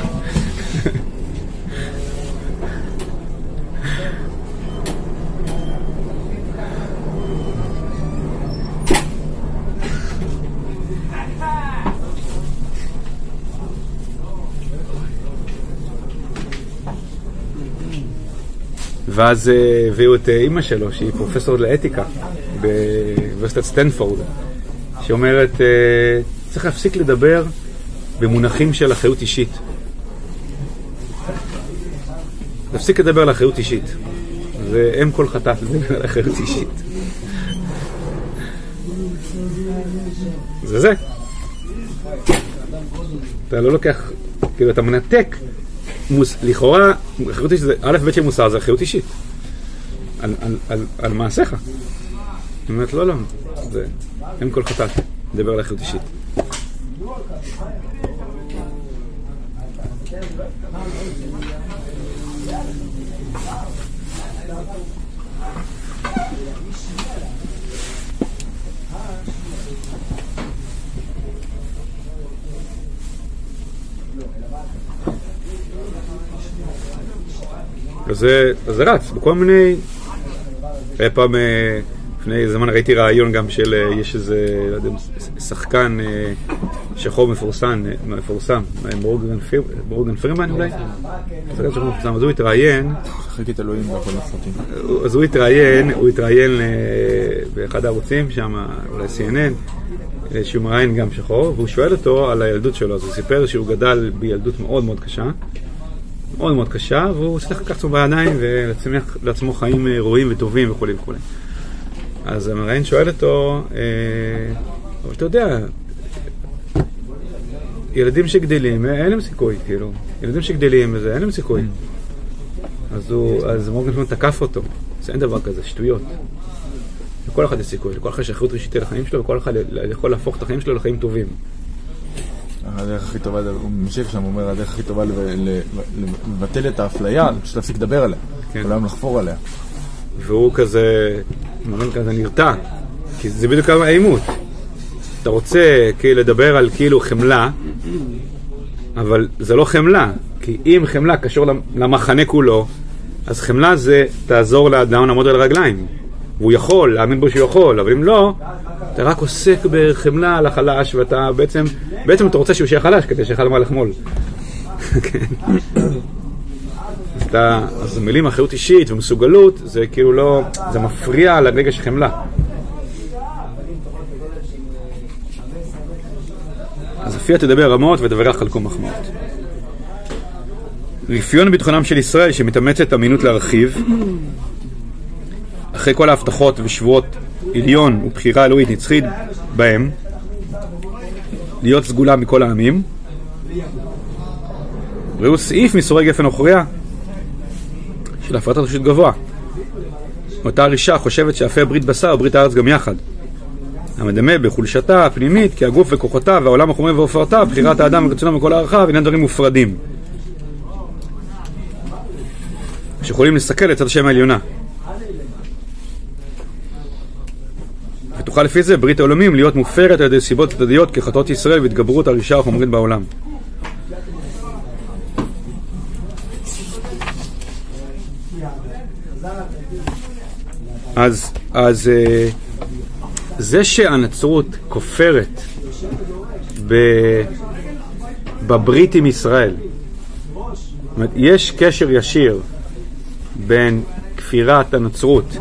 ואז הביאו את אמא שלו, שהיא פרופסור לאתיקה באוניברסיטת סטנפורד, שאומרת, צריך להפסיק לדבר במונחים של אחריות אישית. להפסיק לדבר על אחריות אישית. זה אם כל חטאת לדבר על אחריות אישית. זה. אתה לא לוקח, כאילו אתה מנתק, לכאורה, אחריות אישית, א' ב' של מוסר זה אחריות אישית. על מעשיך. אני אומרת, לא, זה אם כל חטאת, לדבר על אחריות אישית. אז זה רץ, בכל מיני, היה פעם, לפני זמן ראיתי רעיון גם של, יש איזה, לא יודע, שחקן שחור מפורסם, מורגן פרימן אולי? שחקן שחור מפורסם, אז הוא התראיין, שחקת אלוהים בכל הסרטים. אז הוא התראיין באחד הערוצים שם, אולי CNN, שהוא מראיין גם שחור, והוא שואל אותו על הילדות שלו, אז הוא סיפר שהוא גדל בילדות מאוד מאוד קשה, מאוד מאוד קשה, והוא הצליח לקחת עצמו בידיים ולצמח לעצמו חיים ראויים וטובים וכו' וכו'. אז המראיין שואל אותו, אבל אתה יודע, ילדים שגדלים, אין להם סיכוי, כאילו. ילדים שגדלים, אין להם סיכוי. אז מורגן פרימן תקף אותו. זה אין דבר כזה, שטויות. לכל אחד יש סיכוי, לכל אחד יש אחריות ראשית לחיים שלו, וכל אחד יכול להפוך את החיים שלו לחיים טובים. הדרך הכי טובה, הוא ממשיך שם, הוא אומר, הדרך הכי טובה לבטל את האפליה, פשוט להפסיק לדבר עליה, כולם לחפור עליה. והוא כזה נרתע, כי זה בדיוק כמה האימות. אתה רוצה כאילו לדבר על כאילו חמלה, אבל זה לא חמלה, כי אם חמלה קשור למחנה כולו, אז חמלה זה תעזור לאדם לעמוד על הרגליים. והוא יכול, להאמין בו שהוא יכול, אבל אם לא, אתה רק עוסק בחמלה על החלש, ואתה בעצם אתה רוצה שהוא שיהיה חלש, כדי שיהיה מה לחמול. אז המילים אחריות אישית ומסוגלות, זה כאילו לא, זה מפריע לרגש חמלה. אז לפיה תדבר רמות ותברך חלקו מחמאות. רפיון ביטחונם של ישראל שמתאמצת אמינות להרחיב, אחרי כל ההבטחות ושבועות עליון ובחירה אלוהית נצחית בהם, להיות סגולה מכל העמים. ראו סעיף מסורי גפן אוכריה של הפרטת רשות גבוה. אותה הרישה חושבת שאפי ברית בשר וברית הארץ גם יחד, המדמה בחולשתה הפנימית כי הגוף וכוחותיו והעולם החומרי והופרתיו, בחירת האדם ורצונו מכל הערכה, ואינם דברים מופרדים שיכולים לסכל לצד השם העליונה. ותוכל לפי זה ברית העולמים להיות מופרת על ידי סיבות צדדיות כחטאות ישראל והתגברות הרישה החומרית בעולם. אז זה שהנצרות כופרת בברית עם ישראל, זאת אומרת, יש קשר ישיר בין כפירת הנצרות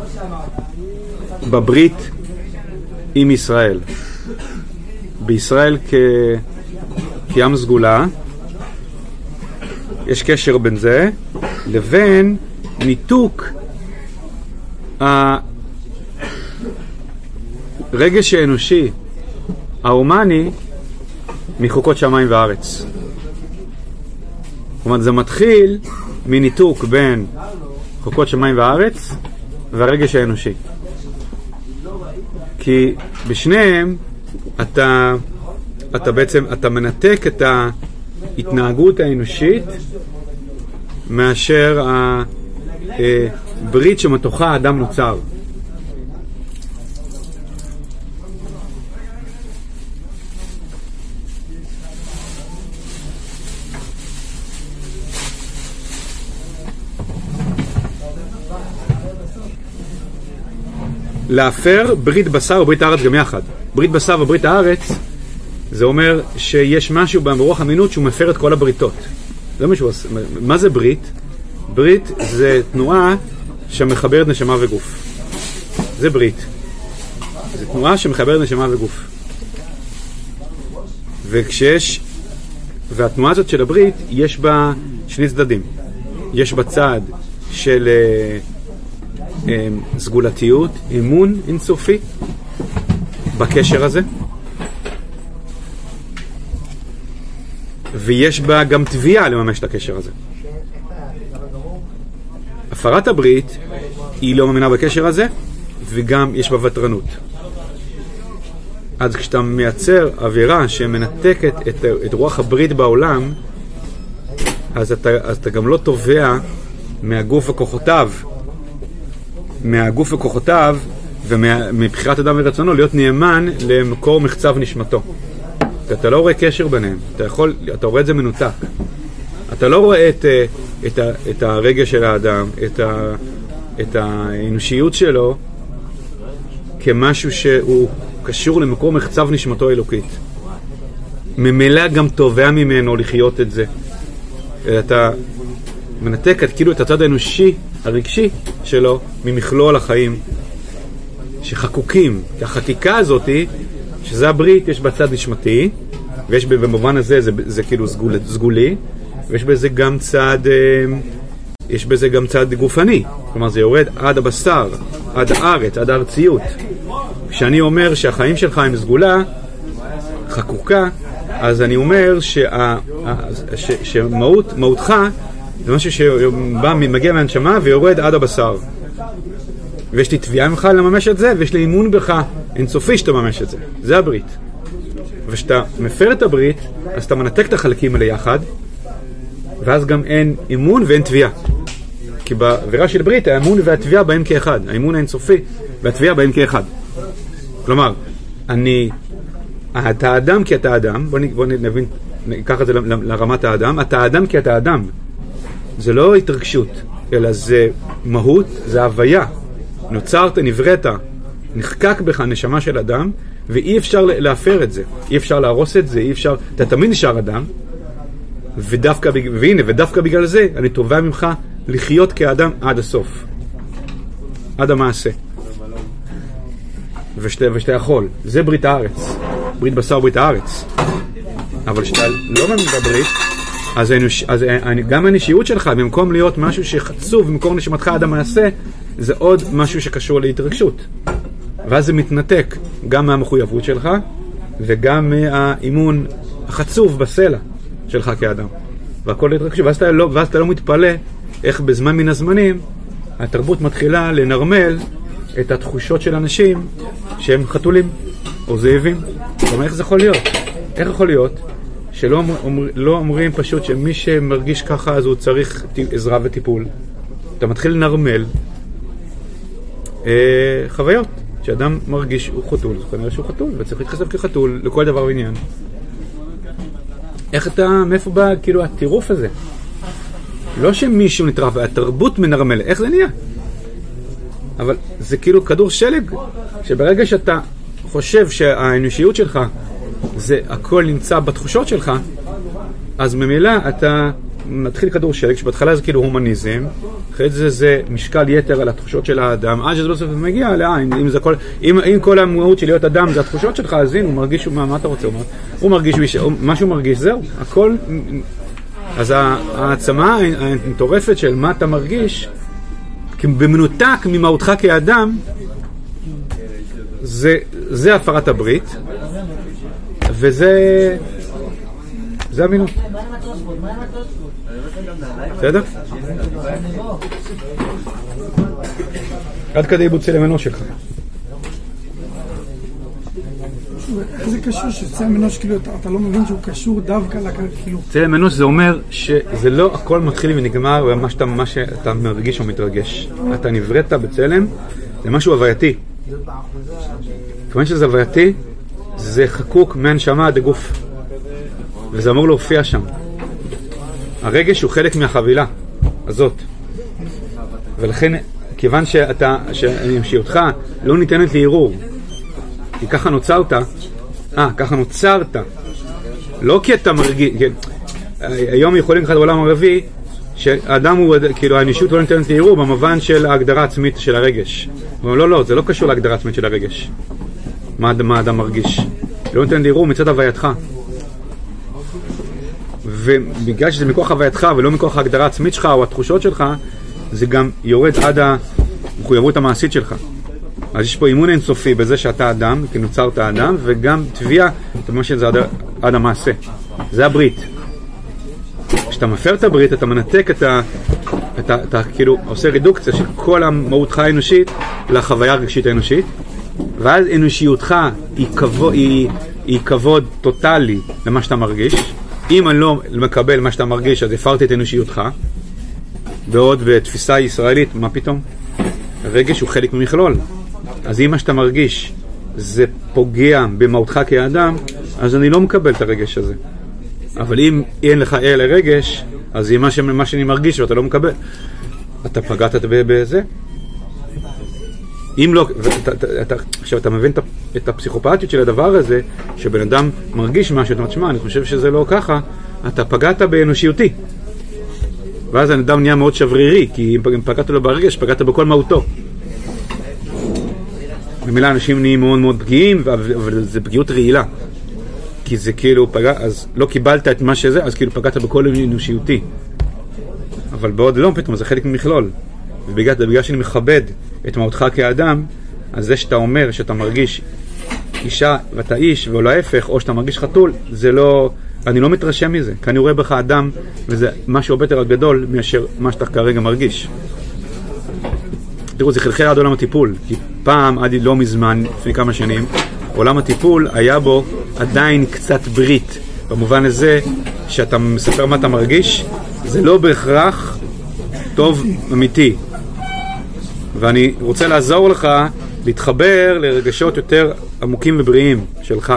בברית עם ישראל, בישראל כעם סגולה, יש קשר בין זה לבין ניתוק הרגש האנושי ההומני מחוקות שמיים וארץ. זאת אומרת, זה מתחיל מניתוק בין חוקות שמיים וארץ והרגש האנושי, כי בשניהם אתה מנתק את ההתנהגות האנושית מאשר הברית שמתוכה האדם נוצר. להפר ברית בשר וברית הארץ גם יחד. ברית בשר וברית הארץ זה אומר שיש משהו ברוח אמינות שהוא מפר את כל הבריתות. זה משהו. מה זה ברית? ברית זה תנועה שמחברת נשמה וגוף. זה ברית. זה תנועה שמחברת נשמה וגוף. והתנועה הזאת של הברית יש בה שני צדדים. יש בה צד של סגולתיות, אמון אינסופי בקשר הזה, ויש בה גם תביעה לממש את הקשר הזה. הפרת הברית היא לא מאמינה בקשר הזה, וגם יש בה ותרנות. אז כשאתה מייצר אווירה שמנתקת את רוח הברית בעולם, אז אתה גם לא תובע מהגוף וכוחותיו ומבחירת אדם ורצונו להיות נאמן למקור מחצב נשמתו. אתה לא רואה קשר ביניהם, אתה רואה את זה מנותק. אתה לא רואה את הרגש של האדם, את האנושיות שלו כמשהו שהוא קשור למקור מחצב נשמתו האלוקית. ממילא גם תובע ממנו לחיות את זה. אתה מנתק כאילו את הצד האנושי הרגשי שלו ממכלול החיים שחקוקים. כי החקיקה הזאת, שזה הברית, יש בצד נשמתי, ויש במובן הזה זה כאילו סגולי, ויש בזה גם צד, יש בזה גם צד גופני. כלומר, זה יורד עד הבשר, עד הארץ, עד הארציות. כשאני אומר שהחיים שלך הם סגולה חקוקה, אז אני אומר שמהותך זה משהו שמגיע מהנשמה ויורד עד הבשר. ויש לי תביעה ממך לממש את זה, ויש לי אימון בך אינסופי שאתה ממש את זה. זה הברית. וכשאתה מפר את הברית, אז אתה מנתק את החלקים האלה יחד, ואז גם אין אימון ואין תביעה. כי בעבירה של ברית, האימון והתביעה בהם כאחד. האימון האינסופי והתביעה בהם כאחד. כלומר, אתה אדם כי אתה אדם, בוא נבין, ניקח את זה לרמת האדם, אתה אדם כי אתה אדם. זה לא התרגשות, אלא זה מהות, זה הוויה. נוצרת, נבראת, נחקק בך נשמה של אדם, ואי אפשר להפר את זה, אי אפשר להרוס את זה, אי אפשר, אתה תמיד נשאר אדם, ודווקא בגלל זה אני תובע ממך לחיות כאדם עד הסוף, עד המעשה, ושאתה יכול. זה ברית הארץ, ברית בשר ברית הארץ. אבל כשאתה לא מאמין בברית, אז גם הנשיות שלך, במקום להיות משהו שחצוב במקום נשמתך עד המעשה, זה עוד משהו שקשור להתרגשות, ואז זה מתנתק גם מהמחויבות שלך וגם מהאימון החצוב בסלע שלך כאדם, והכל להתרגשות. ואז אתה לא מתפלא איך בזמן מן הזמנים התרבות מתחילה לנרמל את התחושות של אנשים שהם חתולים או זאבים. זאת אומרת, איך זה יכול להיות? איך יכול להיות שלא אומרים פשוט שמי שמרגיש ככה אז הוא צריך עזרה וטיפול? אתה מתחיל לנרמל חוויות שאדם מרגיש הוא חתול, זה כנראה שהוא חתול וצריך להתחשב כחתול לכל דבר ועניין. איך אתה, מאיפה בא כאילו הטירוף הזה? לא שמישהו נטרף, התרבות מנרמל, איך זה נהיה? אבל זה כאילו כדור שלג, שברגע שאתה חושב שהאנושיות שלך זה הכל נמצא בתחושות שלך, אז ממילא אתה מתחיל כדור שלג, שבהתחלה זה כאילו הומניזם, אחרי זה משקל יתר על התחושות של האדם, עד שזה בסוף מגיע לעין. אם כל המהות של להיות אדם זה התחושות שלך, אז הנה, הוא מרגיש, מה אתה רוצה? הוא מרגיש, מה שהוא מרגיש, זהו, הכל. אז העצמה המטורפת של מה אתה מרגיש, במנותק ממהותך כאדם, זה הפרת הברית, וזה אמינות. בסדר? עד כדי איבוד צלם אנוש שלך. איך זה קשור שצלם אנוש, כאילו, אתה לא מבין שהוא קשור דווקא כאילו... צלם אנוש זה אומר שזה לא הכל מתחיל ונגמר במה שאתה מרגיש או מתרגש. אתה נבראת בצלם, זה משהו הווייתי. כיוון שזה הווייתי, זה חקוק מהנשמה עד הגוף. וזה אמור להופיע שם. הרגש הוא חלק מהחבילה הזאת. ולכן, כיוון שהנשיותך לא ניתנת לערעור, כי ככה נוצרת, לא כי אתה מרגיש, היום יכולים אחד בעולם הערבי, שהאדם הוא, כאילו, האנושות לא ניתנת לערעור במובן של ההגדרה העצמית של הרגש. אבל לא, זה לא קשור להגדרה העצמית של הרגש. מה האדם מרגיש? לא ניתן לערעור מצד הווייתך. ובגלל שזה מכוח הווייתך ולא מכוח ההגדרה העצמית שלך או התחושות שלך, זה גם יורד עד המחויבות המעשית שלך. אז יש פה אימון אינסופי בזה שאתה אדם, כי נוצרת אדם, וגם תביעה, אתה אומר שזה עד המעשה. זה הברית. כשאתה מפר את הברית, אתה מנתק אתה כאילו עושה רידוקציה של כל המהותך האנושית לחוויה הרגשית האנושית, ואז אנושיותך היא כבוד טוטלי למה שאתה מרגיש. אם אני לא מקבל מה שאתה מרגיש, אז הפרתי את אנושיותך. בעוד בתפיסה ישראלית, מה פתאום? הרגש הוא חלק ממכלול. אז אם מה שאתה מרגיש זה פוגע במהותך כאדם, אז אני לא מקבל את הרגש הזה. אבל אם אין לך אלא רגש, אז אם מה שאני מרגיש ואתה לא מקבל, אתה פגעת בזה. אם לא, עכשיו אתה מבין את הפסיכופתיות של הדבר הזה, שבן אדם מרגיש משהו, אתה אומר, אני חושב שזה לא ככה, אתה פגעת באנושיותי. ואז האדם נהיה מאוד שברירי, כי אם פגעת לו ברגש, פגעת בכל מהותו. במילה אנשים נהיים מאוד מאוד פגיעים, אבל זה פגיעות רעילה. כי זה כאילו פגע, אז לא קיבלת את מה שזה, אז כאילו פגעת בכל אנושיותי. אבל בעוד לא, פתאום זה חלק ממכלול. ובגלל שאני מכבד את מהותך כאדם, אז זה שאתה אומר שאתה מרגיש אישה ואתה איש, ולא ההפך, או שאתה מרגיש חתול, זה לא, אני לא מתרשם מזה, כי אני רואה בך אדם, וזה משהו הרבה יותר גדול מאשר מה שאתה כרגע מרגיש. תראו, זה חלחל עד עולם הטיפול, כי פעם, עד לא מזמן, לפני כמה שנים, עולם הטיפול היה בו עדיין קצת ברית, במובן הזה שאתה מספר מה אתה מרגיש, זה לא בהכרח טוב אמיתי. ואני רוצה לעזור לך להתחבר לרגשות יותר עמוקים ובריאים שלך.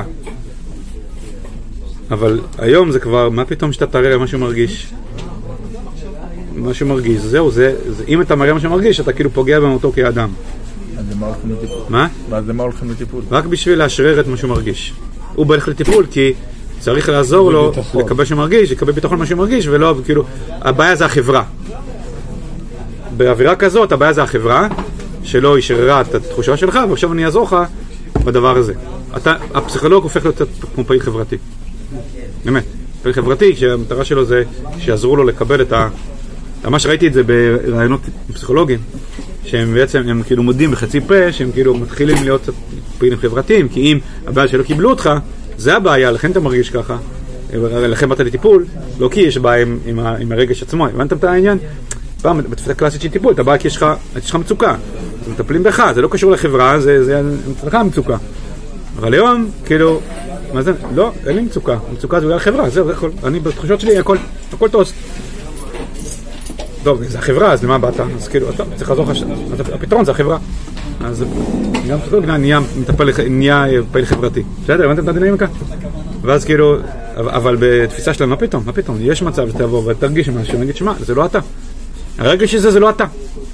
אבל היום זה כבר, מה פתאום שאתה תראה משהו מרגיש? משהו מרגיש, זהו, אם אתה מראה משהו מרגיש, אתה כאילו פוגע במותו כאדם. אז למה הולכים לטיפול? מה? ואז למה הולכים לטיפול? רק בשביל לאשרר את מה שהוא מרגיש. הוא בא לטיפול כי צריך לעזור לו לקבל שהוא מרגיש, לקבל ביטחון מה שהוא מרגיש, ולא, כאילו, הבעיה זה החברה. באווירה כזאת, הבעיה זה החברה, שלא ישררה את התחושה שלך, ועכשיו אני אעזור לך בדבר הזה. הפסיכולוג הופך להיות כמו פעיל חברתי. באמת. פעיל חברתי, שהמטרה שלו זה שיעזרו לו לקבל את מה שראיתי את זה ברעיונות פסיכולוגיים, שהם בעצם, הם כאילו מודים בחצי פה, שהם כאילו מתחילים להיות פעילים חברתיים, כי אם הבעיה שלא קיבלו אותך, זה הבעיה, לכן אתה מרגיש ככה, לכן באת לטיפול, לא כי יש בעיה עם הרגש עצמו, הבנתם את העניין? פעם, בתפיסה קלאסית של טיפול, אתה בא כי יש לך מצוקה, אז מטפלים בך, זה לא קשור לחברה, זה אצלך מצוקה. אבל היום, כאילו, מה זה? לא, אין לי מצוקה, מצוקה זה בגלל החברה, זהו, זה הכל, אני בתחושות שלי, הכל טוס. טוב, זה החברה, אז למה באת? אז כאילו, אתה צריך לעזור לך, הפתרון זה החברה. אז גם פסיכולוג נהיה פעיל חברתי. בסדר, הבנתם את הדינמיקה? ואז כאילו, אבל בתפיסה שלנו, מה פתאום? יש מצב שתבוא ותרגיש משהו, נגיד, שמע, זה לא אתה. הרגע שזה זה לא אתה.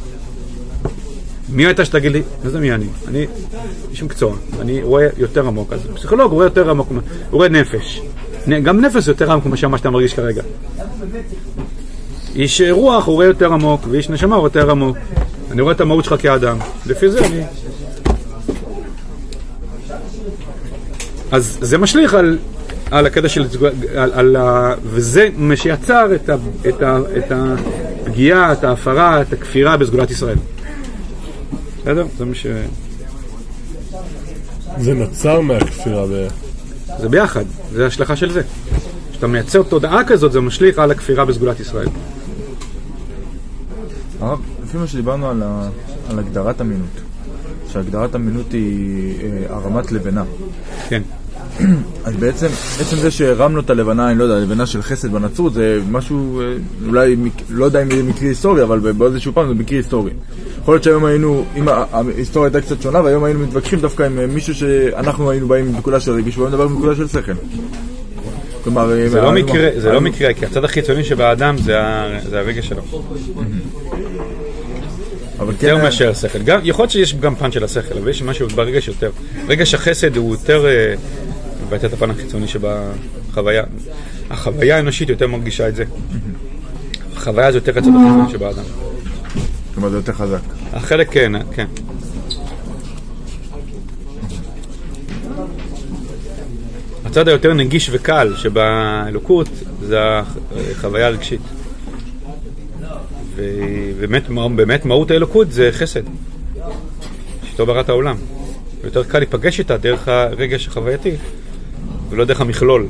מי הייתה שתגיד לי? מה זה מי אני? אני איש מקצוע, אני רואה יותר עמוק. אז פסיכולוג רואה יותר עמוק, הוא רואה נפש. גם נפש זה יותר עמוק כמו שאתה מרגיש כרגע. איש רוח הוא רואה יותר עמוק, ואיש נשמה הוא יותר עמוק. אני רואה את המהות שלך כאדם. לפי זה אני... אז זה משליך על הקטע של... וזה מה שיצר את הפגיעה, את ההפרה, את הכפירה בסגולת ישראל. בסדר? זה מה ש... זה נוצר מהכפירה זה ביחד, זה השלכה של זה. כשאתה מייצר תודעה כזאת, זה משליך על הכפירה בסגולת ישראל. לפי מה שדיברנו על הגדרת אמינות, שהגדרת אמינות היא הרמת לבנה. כן. אז בעצם, עצם זה שהרמנו את הלבנה, אני לא יודע, הלבנה של חסד בנצרות, זה משהו, אולי, לא יודע אם זה מקרי היסטורי, אבל באיזשהו פעם זה מקרי היסטורי. יכול להיות שהיום היינו, אם ההיסטוריה הייתה קצת שונה, והיום היינו מתווכחים דווקא עם מישהו שאנחנו היינו באים בנקודה של רגש, והיום מדבר בנקודה של שכל. כלומר, זה לא מקרה, כי הצד החיצוני שבאדם זה הרגש שלו. יותר מאשר השכל. יכול להיות שיש גם פן של השכל, אבל יש משהו ברגש יותר. רגש החסד הוא יותר מבטא את הפן החיצוני שבחוויה. החוויה האנושית יותר מרגישה את זה. החוויה זה יותר הצד החיצוני שבאדם. כלומר זה יותר חזק. החלק כן, כן. הצד היותר נגיש וקל שבאלוקות זה החוויה הרגשית. ובאמת מהות האלוקות זה חסד. שאיתו בראת העולם. ויותר קל להיפגש איתה דרך הרגש החווייתי, ולא דרך המכלול.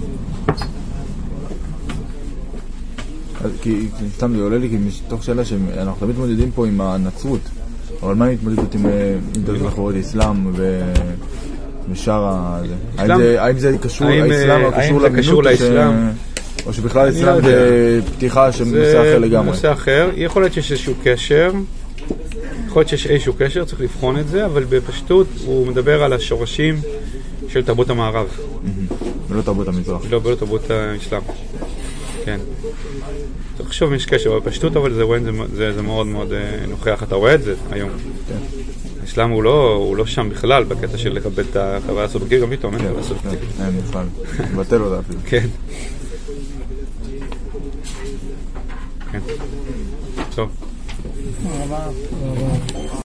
כי סתם זה עולה לי מתוך שאלה שאנחנו תמיד מתמודדים פה עם הנצרות, אבל מה מתמודדות עם דרך אסלאם ושאר הזה? האם זה קשור לאסלאם או קשור למינות או שבכלל אסלאם זה פתיחה של נושא אחר לגמרי? זה נושא אחר, יכול להיות שיש איזשהו קשר, יכול להיות שיש איזשהו קשר, צריך לבחון את זה, אבל בפשטות הוא מדבר על השורשים של תרבות המערב. ולא תרבות המזרח. לא תרבות האסלאם. כן. צריך לחשוב אם יש קשר, בפשטות אבל זה מאוד מאוד נוכח, אתה רואה את זה היום. האסלאם הוא לא שם בכלל בקטע של לקבל את החוויה הסובקית, גם פתאום אין חוויה סובקית. אין בכלל, מבטל אותה אפילו. כן. כן. טוב.